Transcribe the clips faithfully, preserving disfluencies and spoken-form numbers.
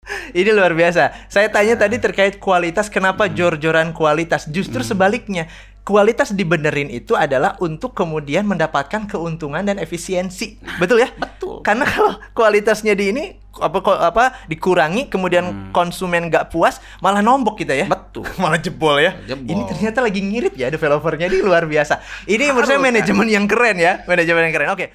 Ini luar biasa. Saya tanya nah. tadi terkait kualitas, kenapa hmm. jor-joran kualitas? Justru hmm. sebaliknya, kualitas dibenerin itu adalah untuk kemudian mendapatkan keuntungan dan efisiensi. Nah, betul ya? Betul. Karena kalau kualitasnya di ini apa apa dikurangi, kemudian hmm. konsumen nggak puas, malah nombok kita ya. Betul. Malah jebol ya. Jebol. Ini ternyata lagi ngirit ya developernya, ini luar biasa. Ini menurut saya manajemen yang keren ya, manajemen yang keren. Oke.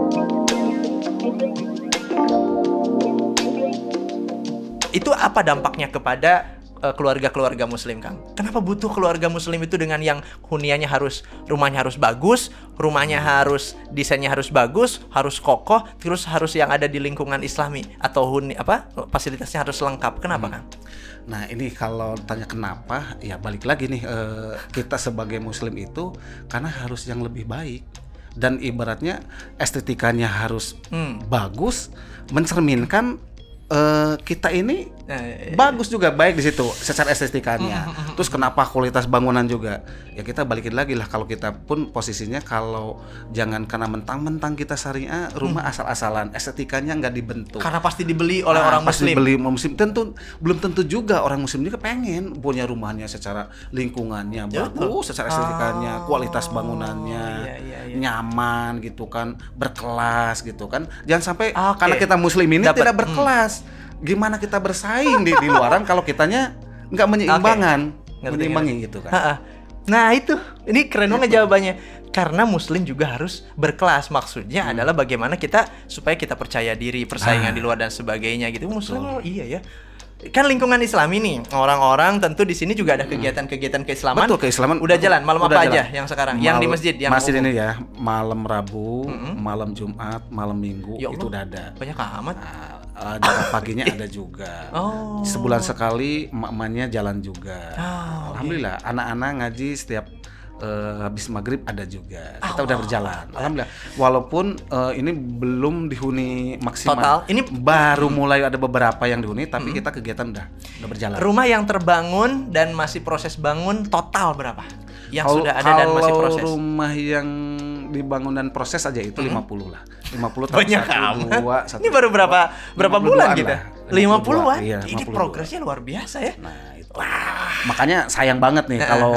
Itu apa dampaknya kepada uh, keluarga-keluarga muslim, Kang? Kenapa butuh keluarga muslim itu dengan yang huniannya harus, rumahnya harus bagus, rumahnya harus, desainnya harus bagus, harus kokoh, terus harus yang ada di lingkungan islami atau huni apa fasilitasnya harus lengkap. Kenapa, hmm. Kang? Nah, ini kalau tanya kenapa, ya balik lagi nih, uh, kita sebagai muslim itu karena harus yang lebih baik. Dan ibaratnya estetikanya harus hmm. bagus, mencerminkan Uh, kita ini nah, iya, iya. bagus juga, baik di situ secara estetikanya. Terus kenapa kualitas bangunan juga? Ya kita balikin lagi lah, kalau kita pun posisinya kalau jangan karena mentang-mentang kita syariah rumah hmm. asal-asalan, estetikanya nggak dibentuk. Karena pasti dibeli oleh nah, orang pasti muslim. Dibeli muslim. Tentu belum tentu juga orang muslim juga pengen punya rumahnya secara lingkungannya ya, bagus, secara estetikanya, oh, kualitas bangunannya iya, iya, iya. nyaman gitu kan, berkelas gitu kan. Jangan sampai okay. karena kita muslim ini Dapet. tidak berkelas. Hmm. Gimana kita bersaing di, di luaran kalau kitanya nggak menyeimbangkan, okay. menyeimbangin gitu kan? Ha-ha. Nah itu, ini keren banget jawabannya. Karena muslim juga harus berkelas. Maksudnya hmm. adalah bagaimana kita supaya kita percaya diri, persaingan ah. di luar dan sebagainya gitu. Muslim oh, iya ya. Kan lingkungan Islami nih, orang-orang tentu di sini juga ada kegiatan-kegiatan keislaman. Betul, keislaman. Udah jalan. Malam udah apa jalan. aja yang sekarang? Mal, yang di masjid, yang masjid umum. ini ya, malam Rabu, mm-hmm. malam Jumat, malam Minggu ya itu udah ada. Banyak amat. Nah, uh, paginya ada juga. Oh. Sebulan sekali emak-emaknya jalan juga. Oh, Alhamdulillah, okay. anak-anak ngaji setiap Uh, habis maghrib ada juga. Kita oh, udah berjalan. Alhamdulillah. Walaupun uh, ini belum dihuni maksimal. Total. Ini baru mulai ada beberapa yang dihuni, tapi hmm. kita kegiatan udah udah berjalan. Rumah yang terbangun dan masih proses bangun total berapa? Yang kalo, sudah ada dan masih proses. Kalau rumah yang dibangun dan proses aja itu hmm. lima puluh lah. lima puluh banyak satu, dua, satu, ini baru berapa berapa bulan gitu? lima puluhan. Iya, ini progresnya luar biasa ya. Nah, itu. Wah. Makanya sayang banget nih kalau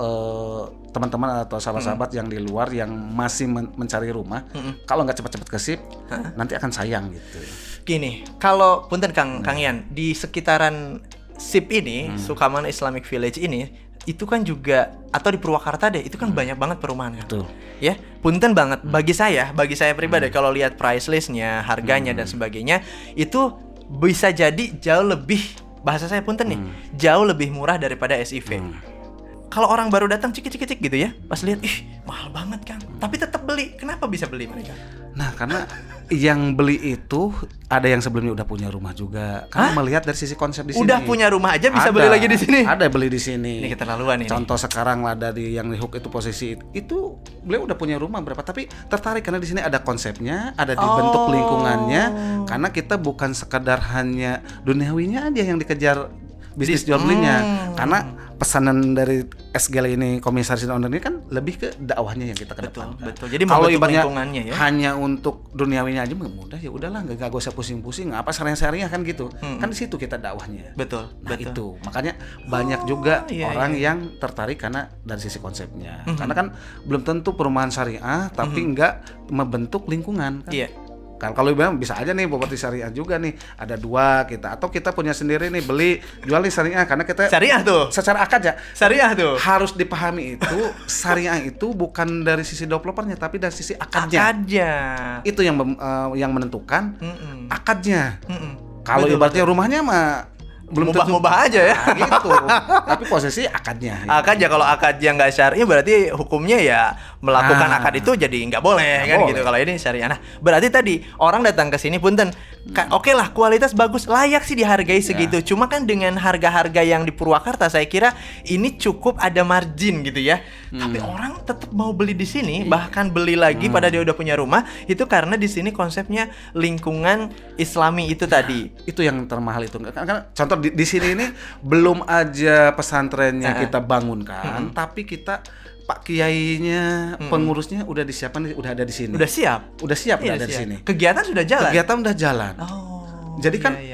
uh, teman-teman atau sahabat-sahabat hmm. yang di luar yang masih men- mencari rumah, hmm. kalau nggak cepat-cepat ke S I P, huh? nanti akan sayang gitu. Gini, kalau punten Kang hmm. Kang Ian, di sekitaran S I P ini, hmm. Sukamana Islamic Village ini, itu kan juga atau di Purwakarta deh, itu kan hmm. banyak banget perumahan kan. Betul. Ya, punten banget hmm. bagi saya, bagi saya pribadi hmm. kalau lihat price list-nya, harganya hmm. dan sebagainya, itu bisa jadi jauh lebih, bahasa saya punten nih, hmm. jauh lebih murah daripada S I V. Hmm. Kalau orang baru datang cik-cik-cik gitu ya, pas lihat ih mahal banget Kang, tapi tetap beli. Kenapa bisa beli mereka? Nah karena yang beli itu ada yang sebelumnya udah punya rumah juga. Karena Hah? melihat dari sisi konsep di sini. Udah punya rumah aja bisa ada, beli lagi di sini. Ada beli di sini. Ini keterlaluan ini. Contoh sekarang lah dari yang di Hook itu posisi itu beliau udah punya rumah berapa, tapi tertarik karena di sini ada konsepnya, ada dibentuk oh. lingkungannya. Karena kita bukan sekadar hanya duniawinya aja yang dikejar bisnis jual belinya, hmm. karena pesanan dari S G L ini komisaris owner ini kan lebih ke dakwahnya yang kita kedepankan. Betul, betul. Jadi kalau ibaratnya ya? hanya untuk duniawinya aja mudah ya udahlah, nggak nggak usah pusing-pusing. Apa syariah-syariah kan gitu, hmm. kan di situ kita dakwahnya. Betul, nah, betul. itu makanya banyak juga oh, iya, orang iya. yang tertarik karena dari sisi konsepnya. Hmm. Karena kan belum tentu perumahan syariah, tapi hmm. nggak membentuk lingkungan. Kan? Iya. Kan kalau bilang bisa aja nih properti syariah juga nih, ada dua kita, atau kita punya sendiri nih, beli jual nih syariah, karena kita syariah tuh secara akad ya syariah tuh harus dipahami itu syariah itu bukan dari sisi developernya tapi dari sisi akadnya. Akadnya itu yang uh, yang menentukan Mm-mm. akadnya. Kalau ibaratnya betul. rumahnya mah belum mubah-mubah aja ya nah, gitu. Tapi posisi akadnya. Gitu. Akad ya, kalau akadnya nggak syariah berarti hukumnya ya melakukan nah, akad itu jadi nggak boleh gak kan boleh. Gitu. Kalau ini syariah. Nah berarti tadi orang datang ke sini punten, hmm. oke okay lah kualitas bagus, layak sih dihargai segitu. Ya. Cuma kan dengan harga-harga yang di Purwakarta saya kira ini cukup ada margin gitu ya. Hmm. Tapi orang tetap mau beli di sini, bahkan beli lagi hmm. pada dia udah punya rumah itu karena di sini konsepnya lingkungan Islami itu ya, tadi. Itu yang termahal itu. Karena contoh di, di sini ini belum aja pesantrennya uh-huh. kita bangunkan, uh-huh. tapi kita Pak Kiainya, uh-huh. pengurusnya udah disiapkan, udah ada di sini. Udah siap, udah siap, iya, udah ada siap. di sini. Kegiatan sudah jalan. Kegiatan udah jalan. Oh. Jadi kan iya, iya, iya, iya.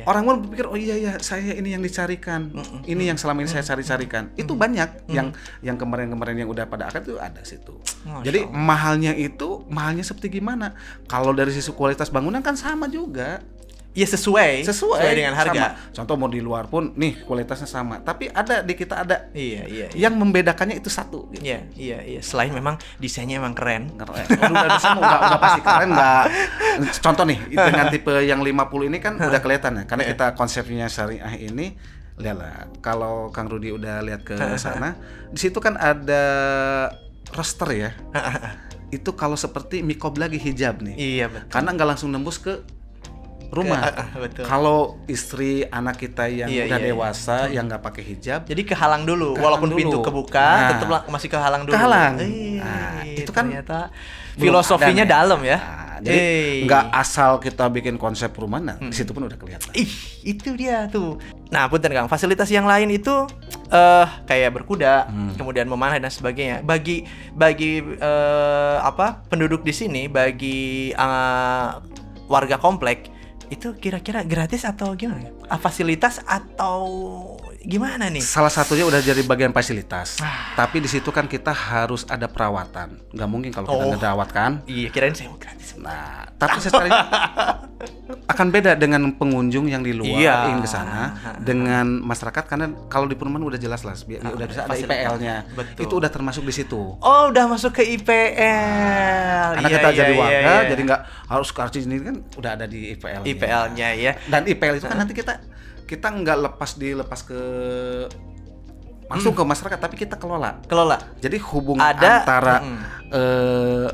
iya. Orang pun berpikir oh iya ya saya ini yang dicarikan, mm-mm. ini yang selama ini saya cari-carikan. Mm-mm. Itu banyak mm-mm. yang yang kemarin-kemarin yang udah pada akad itu ada situ. Masya Jadi Allah. Mahalnya itu mahalnya seperti gimana? Kalau dari sisi kualitas bangunan kan sama juga. Ya sesuai, sesuai, sesuai dengan harga. Sama. Contoh mau di luar pun nih kualitasnya sama, tapi ada di kita ada. Iya, iya. iya. Yang membedakannya itu satu. Gitu. Iya, iya, iya. Selain memang desainnya emang keren. Keren. Oh, udah desain udah, udah pasti keren nggak? Contoh nih dengan tipe yang lima puluh ini kan udah kelihatan ya, karena kita konsepnya syariah ini. Lihatlah, kalau Kang Rudi udah lihat ke sana, di situ kan ada roster ya. Itu kalau seperti mikob lagi hijab nih. Iya betul. Karena nggak langsung nembus ke rumah. Betul. Kalau istri anak kita yang iya, udah iya, dewasa iya. yang nggak pakai hijab, jadi kehalang dulu, kehalang walaupun dulu. pintu kebuka, nah, tetap masih kehalang dulu. Kehalang. Eee, nah, itu kan ternyata filosofinya dalam ya. Nah, jadi nggak asal kita bikin konsep rumah, nah, hmm. di situ pun udah kelihatan. Ih, itu dia tuh. Nah, punten Kang, fasilitas yang lain itu uh, kayak berkuda, hmm. kemudian memanah dan sebagainya. Bagi bagi uh, apa penduduk di sini, bagi uh, warga komplek itu kira-kira gratis atau gimana? Fasilitas atau gimana nih? Salah satunya udah jadi bagian fasilitas. Ah. Tapi di situ kan kita harus ada perawatan. Nggak mungkin kalau kita nggak dirawat kan? Iya, kirain saya mau gratis. Nah, tapi secara akan beda dengan pengunjung yang di luar iya. ingin ke sana dengan masyarakat, karena kalau di perumahan udah jelas lah, ah, udah bisa ada I P L-nya. Betul. Itu udah termasuk di situ. Oh, udah masuk ke I P L. Nah, karena iya, kita iya, jadi warga, iya, iya. jadi nggak harus kartu ini kan udah ada di I P L-nya. I P L-nya ya. Dan I P L itu kan nanti kita kita nggak lepas dilepas ke langsung hmm. ke masyarakat, tapi kita kelola. Kelola. Jadi hubungan ada, antara mm, eh,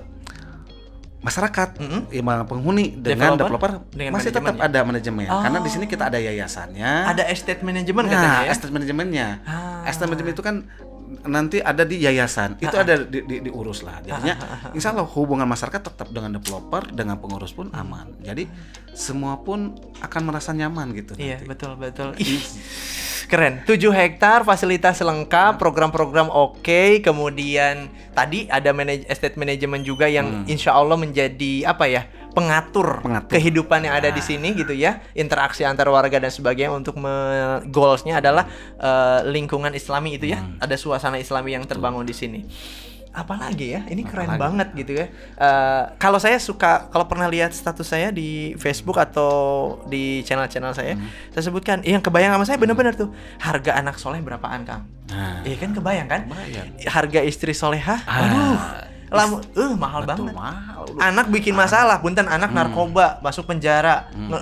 masyarakat, mm-hmm. ya, penghuni dengan developer, developer dengan masih tetap ada manajemen. Oh. Karena di sini kita ada yayasannya. Ada estate manajemen nah, katanya ya. Estate manajemennya. Ah. Estate manajemen itu kan nanti ada di yayasan. Itu ah. ada di, di, diurus lah. Jadinya ah. insya Allah hubungan masyarakat tetap dengan developer, dengan pengurus pun aman. Jadi semua pun akan merasa nyaman gitu. Iya, nanti. betul betul. Ih, keren. tujuh hektar, fasilitas lengkap, program-program oke, okay. Kemudian tadi ada manaj- estate management juga yang hmm. insya Allah menjadi apa ya? Pengatur, pengatur kehidupan yang ada nah. di sini gitu ya, interaksi antar warga dan sebagainya untuk me- goalsnya adalah uh, lingkungan Islami itu ya, hmm. ada suasana Islami yang terbangun di sini. Apalagi ya, ini keren Apalagi. banget gitu ya. Uh, kalau saya suka, kalau pernah lihat status saya di Facebook atau di channel-channel saya, hmm. saya sebutkan, yang kebayang sama saya benar-benar tuh harga anak soleh berapaan Kang? Nah. Iya kan kebayang kan? Kebayang. Harga istri solehah, ah. aduh. Lamu, uh, mahal Betul, banget. Mahal. Anak bikin masalah, punten anak hmm. narkoba, masuk penjara. Hmm.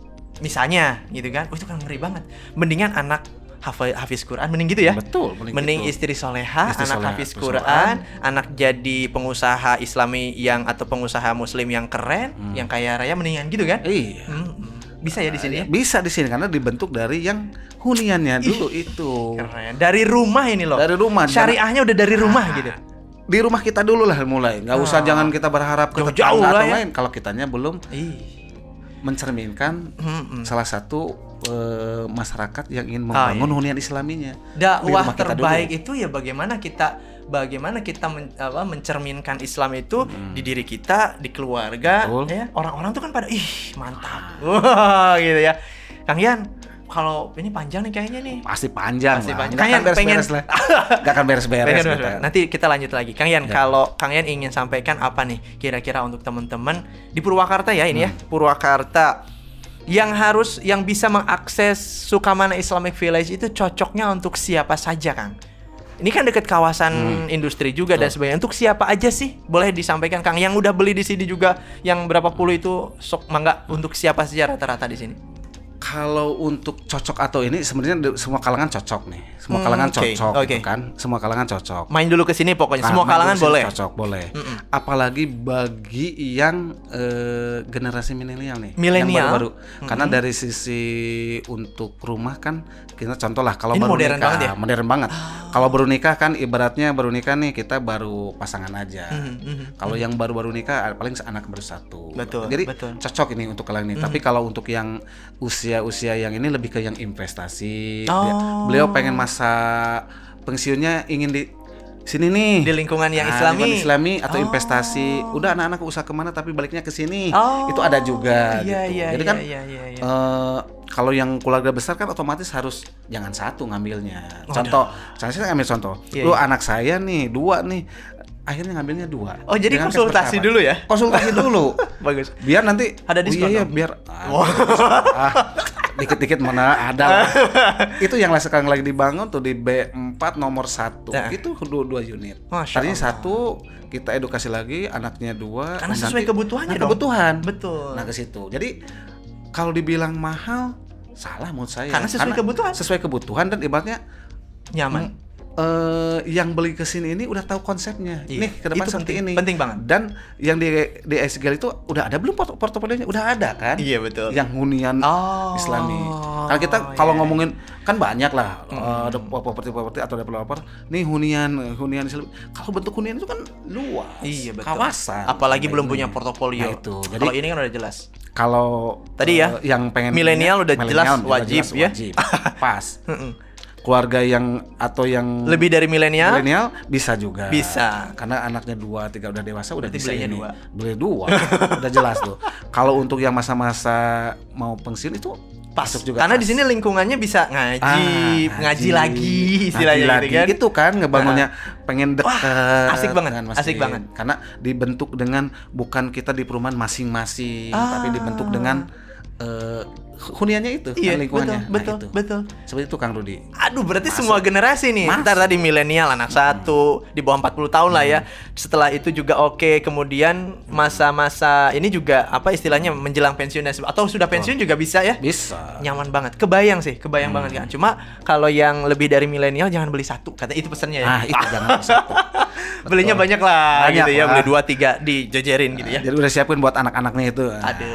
Misalnya gitu kan. Oh, itu kan ngeri banget. Mendingan anak hafiz, hafiz Quran, mending gitu ya. Betul, mending gitu. Istri soleha, istri anak soleha, hafiz Quran, Quran, anak jadi pengusaha Islami yang atau pengusaha muslim yang keren, hmm. yang kaya raya, mendingan gitu kan? Iya. Hmm. Bisa ya di sini ya? Bisa di sini karena dibentuk dari yang huniannya dulu Ih, itu. Keren. Dari rumah ini loh. Dari rumah. Syariahnya udah dari rumah ah. gitu. Di rumah kita dulu lah mulai, nggak usah oh. jangan kita berharap ke jauh lah atau ya. lain kalau kitanya belum Ih. mencerminkan hmm. salah satu uh, masyarakat yang ingin membangun ah, iya. hunian Islaminya. Dakwah terbaik dulu. Itu ya bagaimana kita bagaimana kita men, apa, mencerminkan Islam itu hmm. di diri kita, di keluarga, ya. Orang-orang tuh kan pada ih mantap, wah gitu ya, Kang Yan. Kalau ini panjang nih kayaknya nih. Pasti panjang Pasti lah. Panjang. Kang Yan pengen lah. Gak akan beres-beres. Gitu. Nanti kita lanjut lagi. Kang Yan, ya. Kalau Kang Yan ingin sampaikan apa nih kira-kira untuk teman-teman di Purwakarta ya ini hmm. ya. Purwakarta yang harus yang bisa mengakses Sukamana Islamic Village itu cocoknya untuk siapa saja, Kang? Ini kan dekat kawasan hmm. industri juga Betul. Dan sebagainya. Untuk siapa aja sih? Boleh disampaikan, Kang. Yang udah beli di sini juga yang berapa puluh itu sok mangga untuk siapa saja rata-rata di sini? Kalau untuk cocok atau ini sebenarnya semua kalangan cocok nih. Semua hmm, kalangan okay, cocok okay. Gitu kan. Semua kalangan cocok. Main dulu ke sini pokoknya. Nah, semua kalangan boleh. Cocok, boleh. Mm-mm. Apalagi bagi yang uh, generasi milenial nih. Milenial. Baru-baru. Mm-hmm. Karena dari sisi untuk rumah kan kita contoh lah kalau ini baru modern nikah, banget ya? modern banget. Oh. Kalau baru nikah kan ibaratnya baru nikah nih kita baru pasangan aja. Mm-hmm. Kalau mm-hmm. yang baru-baru nikah paling anak baru satu. Betul. Jadi betul. cocok ini untuk kalian ini. Mm-hmm. Tapi kalau untuk yang usia-usia yang ini lebih ke yang investasi. Oh. Dia, beliau pengen masa pensiunnya ingin di sini nih di lingkungan yang nah, Islami, lingkungan Islami atau oh. investasi. Udah anak-anak usaha kemana tapi baliknya ke sini. Oh. Itu ada juga Iya, gitu. iya, Jadi iya, kan iya, iya, iya. Uh, kalau yang keluarga besar kan otomatis harus jangan satu ngambilnya. Contoh, saya saya ambil contoh. Iya, Lu iya. anak saya nih dua nih. Akhirnya ngambilnya dua. Oh, jadi Dengan konsultasi pertama. dulu ya? Konsultasi dulu. Bagus. Biar nanti ada diskon. Oh, iya, iya, biar ah, dikit-dikit mana ada lah. Itu yang sekarang lagi dibangun tuh di B empat nomor satu. Nah. Itu dua, dua unit. Tadinya satu, kita edukasi lagi, anaknya dua. Karena sesuai kebutuhannya nah, dong. Kebutuhan. Betul. Nah, ke situ. Jadi kalau dibilang mahal, salah menurut saya. Karena sesuai Karena kebutuhan. Sesuai kebutuhan dan ibaratnya nyaman. Hmm, Uh, yang beli ke sini ini udah tahu konsepnya. Iya, nih ke depan seperti penting, ini. Penting banget. Dan yang di di S G L itu udah ada belum port portofolionya? Udah ada kan? Iya betul. Yang hunian oh, Islami. Kalau kita kalau yeah. ngomongin kan banyak lah mm. uh, ada properti-properti atau developer. Nih hunian hunian Islami. Kalau bentuk hunian itu kan luas. Iya betul. Kawasan. Apalagi belum punya portofolio. Nah, itu. Kalau ini kan udah jelas. Kalau tadi ya uh, yang pengen milenial udah jelas wajib jelas, ya. Wajib. Pas. Keluarga yang atau yang lebih dari milenial milenial bisa juga bisa karena anaknya dua tiga udah dewasa udah berarti bisa belinya ini. dua beli dua udah jelas tuh. Kalau untuk yang masa-masa mau pensiun itu pasuk juga karena pas. Di sini lingkungannya bisa ngaji ah, ngaji, ngaji lagi istilahnya ngaji gitu kan itu kan ngebangunnya nah. pengen dekat. Wah, asik banget asik banget karena dibentuk dengan bukan kita di perumahan masing-masing ah. tapi dibentuk dengan uh, huniannya itu iya, kan lingkungannya. Betul, betul, nah, itu. betul. Seperti itu Kang Rudi. Aduh, berarti Masuk. semua generasi nih. Masuk. Ntar tadi milenial anak hmm. satu di bawah empat puluh tahun hmm. lah ya. Setelah itu juga oke, okay. kemudian masa-masa ini juga apa istilahnya menjelang pensiun atau sudah pensiun oh. juga bisa ya? Bisa. Nyaman banget. Kebayang sih, kebayang hmm. banget kan. Cuma kalau yang lebih dari milenial jangan beli satu. Kata itu pesannya ya. Ah, itu jangan beli satu. Belinya banyak lah banyak gitu ya, lah. beli dua tiga dijejerin gitu ya. Jadi udah siapin buat anak-anaknya itu.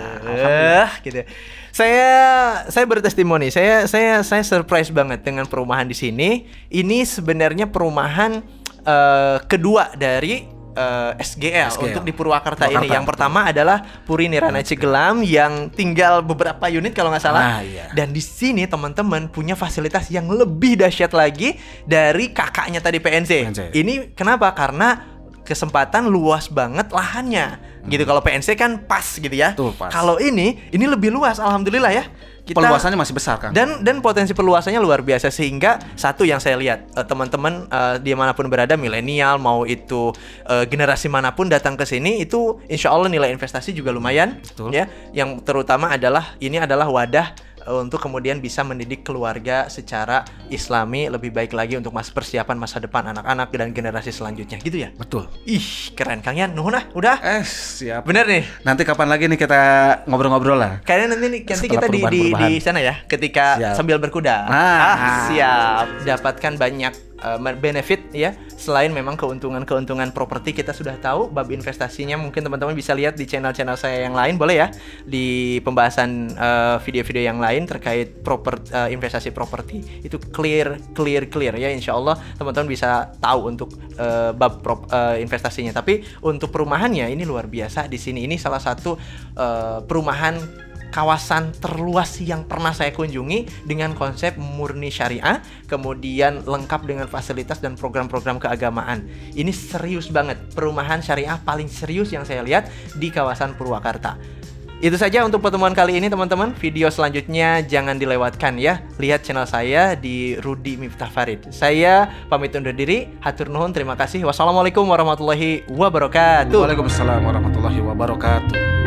Aduh, gitu. Saya saya bertestimoni, saya saya saya surprise banget dengan perumahan di sini. Ini sebenarnya perumahan uh, kedua dari uh, S G L, S G L untuk di Purwakarta, Purwakarta ini. Yang betul. Pertama adalah Puri Nirana Cigelam yang tinggal beberapa unit kalau nggak salah. Ah, iya. Dan di sini teman-teman punya fasilitas yang lebih dahsyat lagi dari kakaknya tadi P N C. P N C. Ini kenapa? Karena kesempatan luas banget lahannya hmm. gitu. Kalau P N C kan pas gitu ya. Kalau ini ini lebih luas alhamdulillah ya. Kita, perluasannya masih besar kan. Dan dan potensi perluasannya luar biasa sehingga satu yang saya lihat uh, teman-teman uh, dimanapun berada milenial mau itu uh, generasi manapun datang ke sini itu insya Allah nilai investasi juga lumayan. Betul. Ya. Yang terutama adalah ini adalah wadah untuk kemudian bisa mendidik keluarga secara Islami lebih baik lagi untuk mas persiapan masa depan anak-anak dan generasi selanjutnya gitu ya. Betul. Ih keren Kang Yan, nuhun ah, udah. Eh siap. Bener nih. Nanti kapan lagi nih kita ngobrol-ngobrol lah. Kayaknya nanti nih, nanti kita di, di di sana ya, ketika siap. Sambil berkuda. Ah, ah siap. Dapatkan banyak uh, benefit ya. Selain memang keuntungan-keuntungan properti kita sudah tahu, bab investasinya mungkin teman-teman bisa lihat di channel-channel saya yang lain, boleh ya, di pembahasan uh, video-video yang lain terkait proper, uh, investasi properti itu clear, clear, clear ya. Insya Allah teman-teman bisa tahu untuk uh, bab prop, uh, investasinya. Tapi untuk perumahannya ini luar biasa di sini. Ini salah satu uh, perumahan kawasan terluas yang pernah saya kunjungi dengan konsep murni syariah, kemudian lengkap dengan fasilitas dan program-program keagamaan. Ini serius banget, perumahan syariah paling serius yang saya lihat di kawasan Purwakarta. Itu saja untuk pertemuan kali ini teman-teman. Video selanjutnya jangan dilewatkan ya. Lihat channel saya di Rudi Miftah Farid. Saya pamit undur diri. Hatur nuhun, terima kasih. Wassalamualaikum warahmatullahi wabarakatuh. Waalaikumsalam warahmatullahi wabarakatuh.